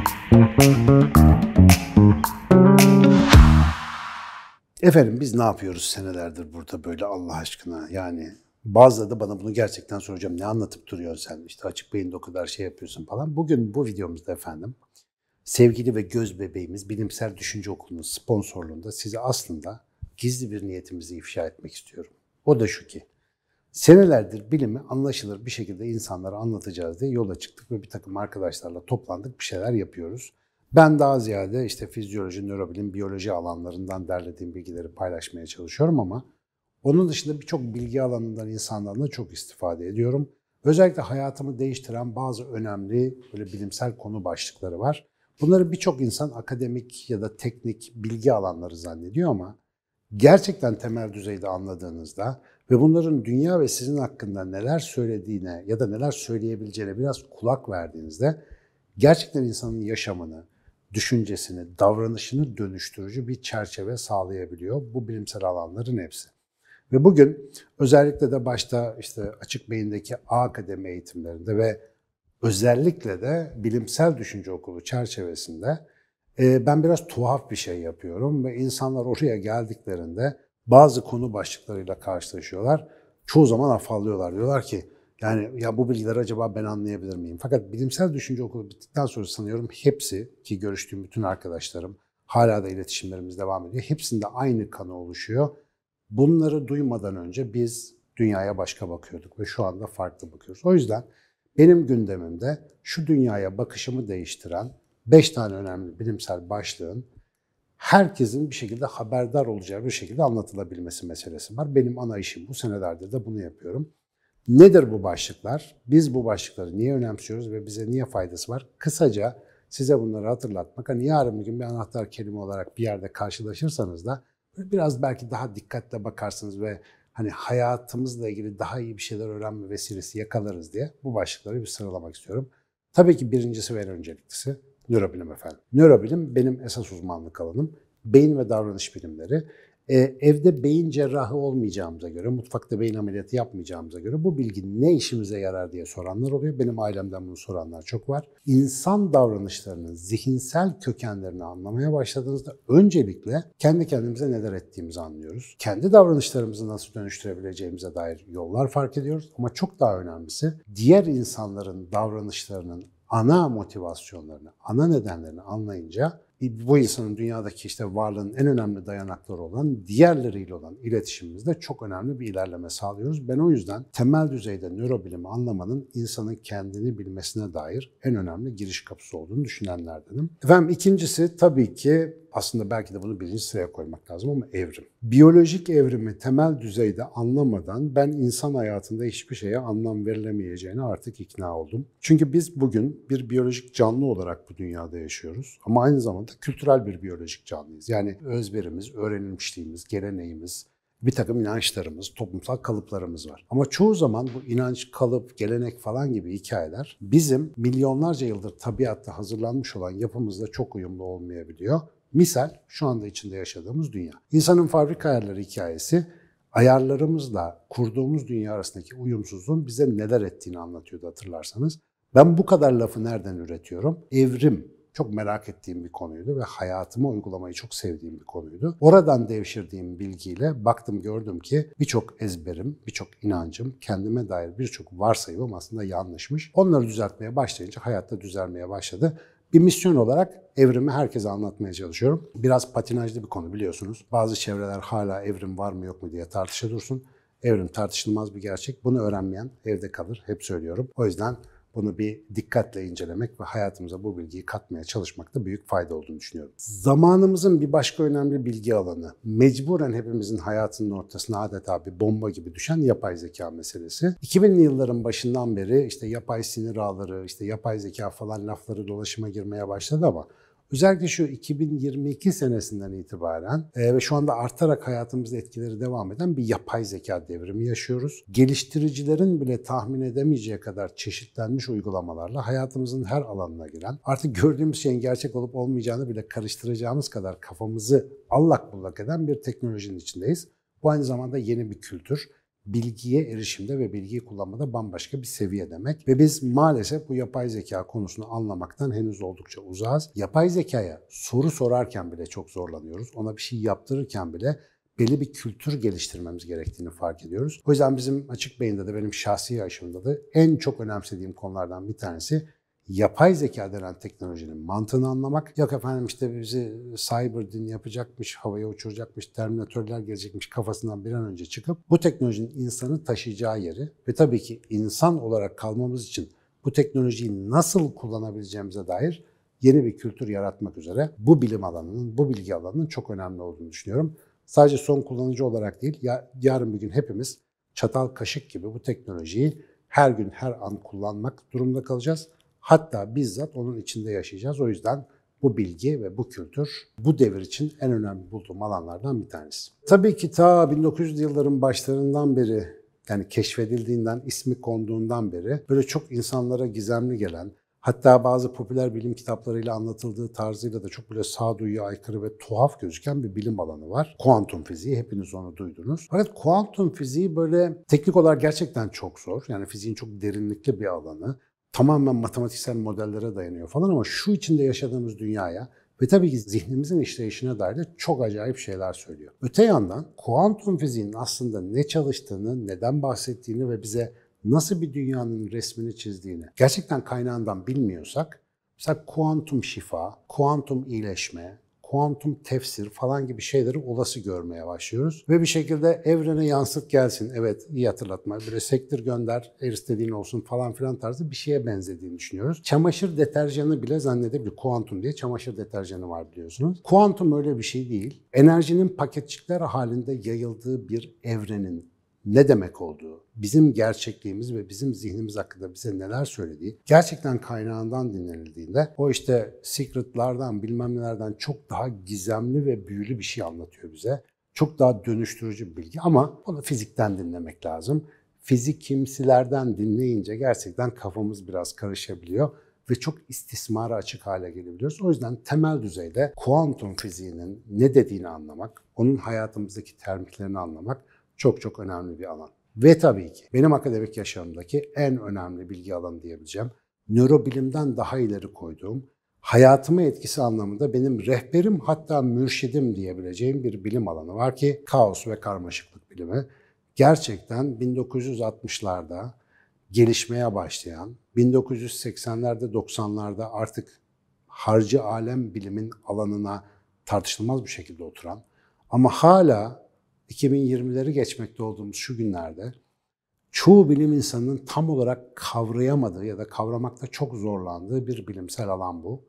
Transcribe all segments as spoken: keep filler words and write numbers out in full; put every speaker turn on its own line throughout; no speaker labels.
Efendim biz ne yapıyoruz senelerdir burada böyle Allah aşkına? Yani bazıları da bana bunu gerçekten soracağım. Ne anlatıp duruyorsun sen? İşte açık beyinde o kadar şey yapıyorsun falan. Bugün bu videomuzda efendim sevgili ve göz bebeğimiz Bilimsel Düşünce Okulu'nun sponsorluğunda size aslında gizli bir niyetimizi ifşa etmek istiyorum. O da şu ki, senelerdir bilimi anlaşılır bir şekilde insanlara anlatacağız diye yola çıktık ve bir takım arkadaşlarla toplandık, bir şeyler yapıyoruz. Ben daha ziyade işte fizyoloji, nörobilim, biyoloji alanlarından derlediğim bilgileri paylaşmaya çalışıyorum ama onun dışında birçok bilgi alanından insanlarla çok istifade ediyorum. Özellikle hayatımı değiştiren bazı önemli böyle bilimsel konu başlıkları var. Bunları birçok insan akademik ya da teknik bilgi alanları zannediyor ama gerçekten temel düzeyde anladığınızda ve bunların dünya ve sizin hakkında neler söylediğine ya da neler söyleyebileceğine biraz kulak verdiğinizde gerçekten insanın yaşamını, düşüncesini, davranışını dönüştürücü bir çerçeve sağlayabiliyor bu bilimsel alanların hepsi. Ve bugün özellikle de başta işte açık beyindeki A akademi eğitimlerinde ve özellikle de Bilimsel Düşünce Okulu çerçevesinde ben biraz tuhaf bir şey yapıyorum ve insanlar oraya geldiklerinde bazı konu başlıklarıyla karşılaşıyorlar. Çoğu zaman afallıyorlar. Diyorlar ki yani ya bu bilgileri acaba ben anlayabilir miyim? Fakat Bilimsel Düşünce Okulu bittikten sonra sanıyorum hepsi, ki görüştüğüm bütün arkadaşlarım, hala da iletişimlerimiz devam ediyor. Hepsinde aynı kanı oluşuyor. Bunları duymadan önce biz dünyaya başka bakıyorduk ve şu anda farklı bakıyoruz. O yüzden benim gündemimde şu dünyaya bakışımı değiştiren beş tane önemli bilimsel başlığın herkesin bir şekilde haberdar olacağı bir şekilde anlatılabilmesi meselesi var. Benim ana işim bu, senelerdir de bunu yapıyorum. Nedir bu başlıklar? Biz bu başlıkları niye önemsiyoruz ve bize niye faydası var? Kısaca size bunları hatırlatmak. Hani yarın bir gün bir anahtar kelime olarak bir yerde karşılaşırsanız da biraz belki daha dikkatle bakarsınız ve hani hayatımızla ilgili daha iyi bir şeyler öğrenme vesilesi yakalarız diye bu başlıkları bir sıralamak istiyorum. Tabii ki birincisi ve en önceliklisi nörobilim efendim. Nörobilim benim esas uzmanlık alanım. Beyin ve davranış bilimleri. Ee, evde beyin cerrahı olmayacağımıza göre, mutfakta beyin ameliyatı yapmayacağımıza göre bu bilgi ne işimize yarar diye soranlar oluyor. Benim ailemden bunu soranlar çok var. İnsan davranışlarının zihinsel kökenlerini anlamaya başladığınızda öncelikle kendi kendimize neler ettiğimizi anlıyoruz. Kendi davranışlarımızı nasıl dönüştürebileceğimize dair yollar fark ediyoruz. Ama çok daha önemlisi diğer insanların davranışlarının ana motivasyonlarını, ana nedenlerini anlayınca bu insanın dünyadaki işte varlığın en önemli dayanakları olan diğerleriyle olan iletişimimizde çok önemli bir ilerleme sağlıyoruz. Ben o yüzden temel düzeyde nörobilimi anlamanın insanın kendini bilmesine dair en önemli giriş kapısı olduğunu düşünenlerdenim. Efendim ikincisi tabii ki aslında belki de bunu birinci sıraya koymak lazım ama evrim. Biyolojik evrimi temel düzeyde anlamadan ben insan hayatında hiçbir şeye anlam verilemeyeceğine artık ikna oldum. Çünkü biz bugün bir biyolojik canlı olarak bu dünyada yaşıyoruz ama aynı zamanda kültürel bir biyolojik canlıyız. Yani özverimiz, öğrenilmişliğimiz, geleneğimiz, bir takım inançlarımız, toplumsal kalıplarımız var. Ama çoğu zaman bu inanç, kalıp, gelenek falan gibi hikayeler bizim milyonlarca yıldır tabiatta hazırlanmış olan yapımızla çok uyumlu olmayabiliyor. Misal şu anda içinde yaşadığımız dünya. İnsanın fabrika ayarları hikayesi ayarlarımızla kurduğumuz dünya arasındaki uyumsuzluğun bize neler ettiğini anlatıyordu hatırlarsanız. Ben bu kadar lafı nereden üretiyorum? Evrim çok merak ettiğim bir konuydu ve hayatıma uygulamayı çok sevdiğim bir konuydu. Oradan devşirdiğim bilgiyle baktım gördüm ki birçok ezberim, birçok inancım, kendime dair birçok varsayımım aslında yanlışmış. Onları düzeltmeye başlayınca hayatta düzelmeye başladı. Bir misyon olarak evrimi herkese anlatmaya çalışıyorum. Biraz patinajlı bir konu biliyorsunuz. Bazı çevreler hala evrim var mı yok mu diye tartışa dursun. Evrim tartışılmaz bir gerçek. Bunu öğrenmeyen evde kalır. Hep söylüyorum. O yüzden bunu bir dikkatle incelemek ve hayatımıza bu bilgiyi katmaya çalışmakta büyük fayda olduğunu düşünüyorum. Zamanımızın bir başka önemli bilgi alanı, mecburen hepimizin hayatının ortasına adeta bir bomba gibi düşen yapay zeka meselesi. iki binli yılların başından beri işte yapay sinir ağları, işte yapay zeka falan lafları dolaşıma girmeye başladı ama özellikle şu iki bin yirmi iki senesinden itibaren e, ve şu anda artarak hayatımızda etkileri devam eden bir yapay zeka devrimi yaşıyoruz. Geliştiricilerin bile tahmin edemeyeceği kadar çeşitlenmiş uygulamalarla hayatımızın her alanına giren, artık gördüğümüz şeyin gerçek olup olmayacağını bile karıştıracağımız kadar kafamızı allak bullak eden bir teknolojinin içindeyiz. Bu aynı zamanda yeni bir kültür. bilgiye erişimde ve bilgiyi kullanmada bambaşka bir seviye demek. Ve biz maalesef bu yapay zeka konusunu anlamaktan henüz oldukça uzağız. Yapay zekaya soru sorarken bile çok zorlanıyoruz. Ona bir şey yaptırırken bile belli bir kültür geliştirmemiz gerektiğini fark ediyoruz. O yüzden bizim Açık Beyin'de de benim şahsi yaşamımda da en çok önemsediğim konulardan bir tanesi yapay zeka denen teknolojinin mantığını anlamak. Yok efendim işte bizi cyber din yapacakmış, havaya uçuracakmış, terminatörler gelecekmiş kafasından bir an önce çıkıp bu teknolojinin insanı taşıyacağı yeri ve tabii ki insan olarak kalmamız için bu teknolojiyi nasıl kullanabileceğimize dair yeni bir kültür yaratmak üzere bu bilim alanının, bu bilgi alanının çok önemli olduğunu düşünüyorum. Sadece son kullanıcı olarak değil, ya, yarın bir gün hepimiz çatal kaşık gibi bu teknolojiyi her gün her an kullanmak durumunda kalacağız. Hatta bizzat onun içinde yaşayacağız. O yüzden bu bilgi ve bu kültür bu devir için en önemli bulduğum alanlardan bir tanesi. Tabii ki ta bin dokuz yüzlü yılların başlarından beri, yani keşfedildiğinden, ismi konduğundan beri böyle çok insanlara gizemli gelen, hatta bazı popüler bilim kitaplarıyla anlatıldığı tarzıyla da çok böyle sağduyuya aykırı ve tuhaf gözüken bir bilim alanı var. Kuantum fiziği, hepiniz onu duydunuz. Fakat kuantum fiziği böyle teknik olarak gerçekten çok zor. Yani fiziğin çok derinlikli bir alanı. Tamamen matematiksel modellere dayanıyor falan ama şu içinde yaşadığımız dünyaya ve tabii ki zihnimizin işleyişine dair de çok acayip şeyler söylüyor. Öte yandan kuantum fiziğinin aslında ne çalıştığını, neden bahsettiğini ve bize nasıl bir dünyanın resmini çizdiğini gerçekten kaynağından bilmiyorsak, mesela kuantum şifa, kuantum iyileşme, kuantum tefsir falan gibi şeyleri olası görmeye başlıyoruz. Ve bir şekilde evrene yansıt gelsin. Evet, iyi hatırlatma. Böyle sektir gönder, her istediğin olsun falan filan tarzı bir şeye benzediğini düşünüyoruz. Çamaşır deterjanı bile zannedebilir. Kuantum diye çamaşır deterjanı var biliyorsunuz. Kuantum öyle bir şey değil. Enerjinin paketçikler halinde yayıldığı bir evrenin ne demek olduğu, bizim gerçekliğimiz ve bizim zihnimiz hakkında bize neler söylediği gerçekten kaynağından dinlenildiğinde o işte secretlardan bilmem nelerden çok daha gizemli ve büyülü bir şey anlatıyor bize. Çok daha dönüştürücü bir bilgi ama onu fizikten dinlemek lazım. Fizikimsilerden dinleyince gerçekten kafamız biraz karışabiliyor ve çok istismara açık hale gelebiliyoruz. O yüzden temel düzeyde kuantum fiziğinin ne dediğini anlamak, onun hayatımızdaki termiklerini anlamak çok çok önemli bir alan. Ve tabii ki benim akademik yaşamımdaki en önemli bilgi alanı diyebileceğim, nörobilimden daha ileri koyduğum, hayatıma etkisi anlamında benim rehberim hatta mürşidim diyebileceğim bir bilim alanı var ki kaos ve karmaşıklık bilimi. Gerçekten bin dokuz yüz altmışlarda gelişmeye başlayan, bin dokuz yüz seksenlerde doksanlarda artık harcı alem bilimin alanına tartışılmaz bir şekilde oturan ama hala iki bin yirmileri geçmekte olduğumuz şu günlerde çoğu bilim insanının tam olarak kavrayamadığı ya da kavramakta çok zorlandığı bir bilimsel alan bu.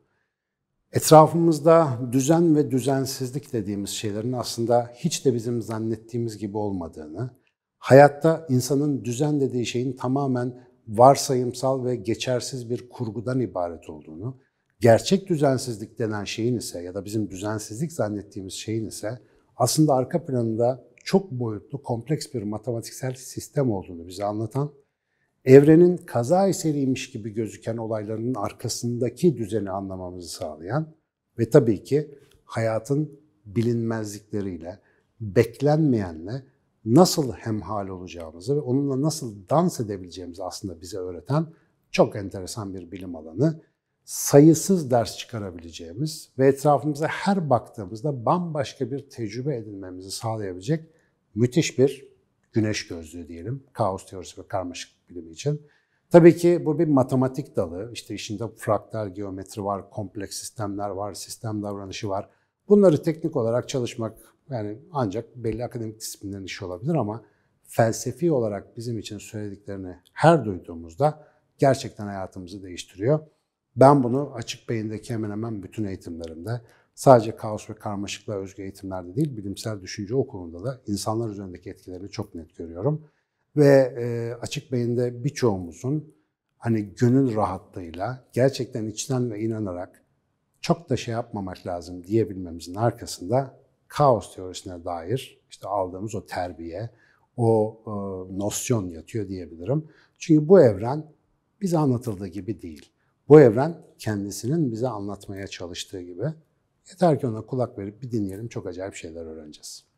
Etrafımızda düzen ve düzensizlik dediğimiz şeylerin aslında hiç de bizim zannettiğimiz gibi olmadığını, hayatta insanın düzen dediği şeyin tamamen varsayımsal ve geçersiz bir kurgudan ibaret olduğunu, gerçek düzensizlik denen şeyin ise ya da bizim düzensizlik zannettiğimiz şeyin ise aslında arka planında çok boyutlu, kompleks bir matematiksel sistem olduğunu bize anlatan, evrenin kaza eseriymiş gibi gözüken olayların arkasındaki düzeni anlamamızı sağlayan ve tabii ki hayatın bilinmezlikleriyle, beklenmeyenle nasıl hemhal olacağımızı ve onunla nasıl dans edebileceğimizi aslında bize öğreten çok enteresan bir bilim alanı. Sayısız ders çıkarabileceğimiz ve etrafımıza her baktığımızda bambaşka bir tecrübe edinmemizi sağlayabilecek müthiş bir güneş gözlüğü diyelim, kaos teorisi ve karmaşıklık bilimi için. Tabii ki bu bir matematik dalı, işte işinde fraktal geometri var, kompleks sistemler var, sistem davranışı var. Bunları teknik olarak çalışmak yani ancak belli akademik disiplinlerin işi olabilir ama felsefi olarak bizim için söylediklerini her duyduğumuzda gerçekten hayatımızı değiştiriyor. Ben bunu Açık Beyin'deki hemen hemen bütün eğitimlerimde, sadece kaos ve karmaşıklığa özgü eğitimlerde değil, bilimsel düşünce okulunda da insanlar üzerindeki etkilerini çok net görüyorum. Ve e, Açık Beyin'de birçoğumuzun hani gönül rahatlığıyla, gerçekten içten ve inanarak çok da şey yapmamak lazım diyebilmemizin arkasında kaos teorisine dair işte aldığımız o terbiye, o e, nosyon yatıyor diyebilirim. Çünkü bu evren bize anlatıldığı gibi değil. Bu evren kendisinin bize anlatmaya çalıştığı gibi. Yeter ki ona kulak verip bir dinleyelim, çok acayip şeyler öğreneceğiz.